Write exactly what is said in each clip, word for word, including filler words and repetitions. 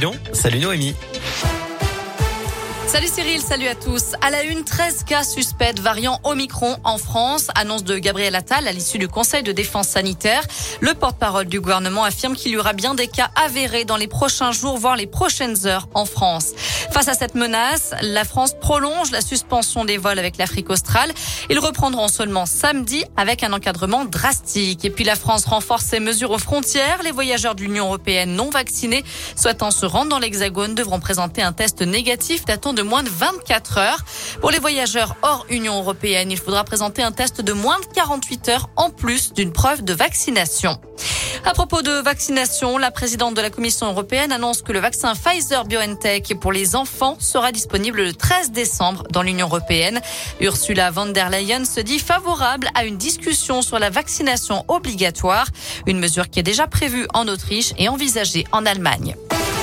Lyon. Salut Noémie. Salut Cyril, salut à tous. À la une, treize cas suspects variant Omicron en France. Annonce de Gabriel Attal à l'issue du Conseil de défense sanitaire. Le porte-parole du gouvernement affirme qu'il y aura bien des cas avérés dans les prochains jours, voire les prochaines heures en France. Face à cette menace, la France prolonge la suspension des vols avec l'Afrique australe. Ils reprendront seulement samedi avec un encadrement drastique. Et puis la France renforce ses mesures aux frontières. Les voyageurs de l'Union européenne non vaccinés souhaitant se rendre dans l'Hexagone devront présenter un test négatif datant de moins de vingt-quatre heures. Pour les voyageurs hors Union européenne, il faudra présenter un test de moins de quarante-huit heures en plus d'une preuve de vaccination. À propos de vaccination, la présidente de la Commission européenne annonce que le vaccin Pfizer-BioNTech pour les enfants sera disponible le treize décembre dans l'Union européenne. Ursula von der Leyen se dit favorable à une discussion sur la vaccination obligatoire, une mesure qui est déjà prévue en Autriche et envisagée en Allemagne.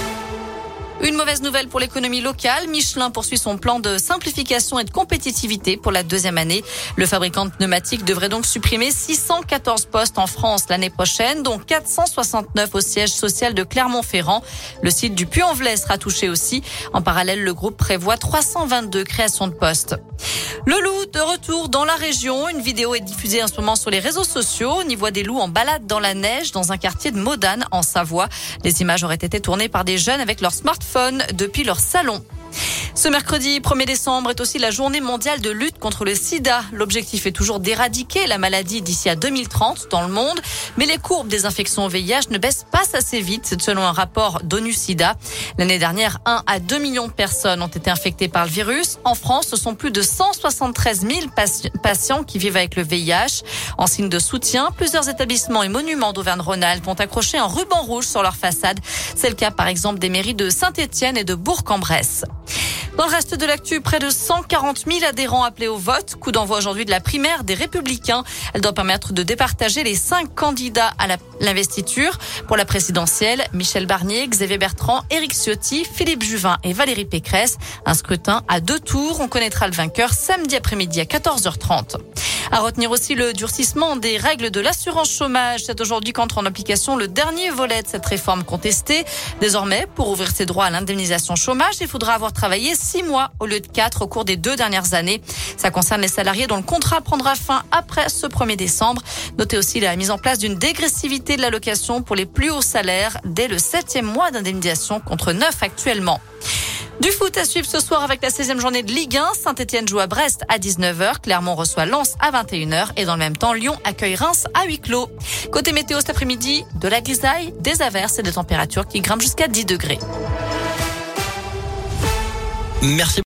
Une mauvaise nouvelle pour l'économie locale. Michelin poursuit son plan de simplification et de compétitivité pour la deuxième année. Le fabricant de pneumatiques devrait donc supprimer six cent quatorze postes en France l'année prochaine, dont quatre cent soixante-neuf au siège social de Clermont-Ferrand. Le site du Puy-en-Velay sera touché aussi. En parallèle, le groupe prévoit trois cent vingt-deux créations de postes. Le loup de retour dans la région. Une vidéo est diffusée en ce moment sur les réseaux sociaux. On y voit des loups en balade dans la neige dans un quartier de Modane en Savoie. Les images auraient été tournées par des jeunes avec leur smartphone depuis leur salon. Ce mercredi premier décembre est aussi la journée mondiale de lutte contre le sida. L'objectif est toujours d'éradiquer la maladie d'ici à deux mille trente dans le monde. Mais les courbes des infections au V I H ne baissent pas assez vite, selon un rapport d'ONU-Sida. L'année dernière, un à deux millions de personnes ont été infectées par le virus. En France, ce sont plus de cent soixante-treize mille patients qui vivent avec le V I H. En signe de soutien, plusieurs établissements et monuments d'Auvergne-Rhône-Alpes ont accroché un ruban rouge sur leur façade. C'est le cas, par exemple, des mairies de Saint-Étienne et de Bourg-en-Bresse. Dans le reste de l'actu, près de cent quarante mille adhérents appelés au vote. Coup d'envoi aujourd'hui de la primaire des Républicains. Elle doit permettre de départager les cinq candidats à la, l'investiture. Pour la présidentielle, Michel Barnier, Xavier Bertrand, Éric Ciotti, Philippe Juvin et Valérie Pécresse. Un scrutin à deux tours. On connaîtra le vainqueur samedi après-midi à quatorze heures trente. À retenir aussi le durcissement des règles de l'assurance chômage. C'est aujourd'hui qu'entre en application le dernier volet de cette réforme contestée. Désormais, pour ouvrir ses droits à l'indemnisation chômage, il faudra avoir travaillé six mois au lieu de quatre au cours des deux dernières années. Ça concerne les salariés dont le contrat prendra fin après ce premier décembre. Notez aussi la mise en place d'une dégressivité de l'allocation pour les plus hauts salaires dès le septième mois d'indemnisation contre neuf actuellement. Du foot à suivre ce soir avec la seizième journée de Ligue un. Saint-Étienne joue à Brest à dix-neuf heures. Clermont reçoit Lens à vingt et une heures. Et dans le même temps, Lyon accueille Reims à huis clos. Côté météo cet après-midi, de la grisaille, des averses et des températures qui grimpent jusqu'à dix degrés. Merci.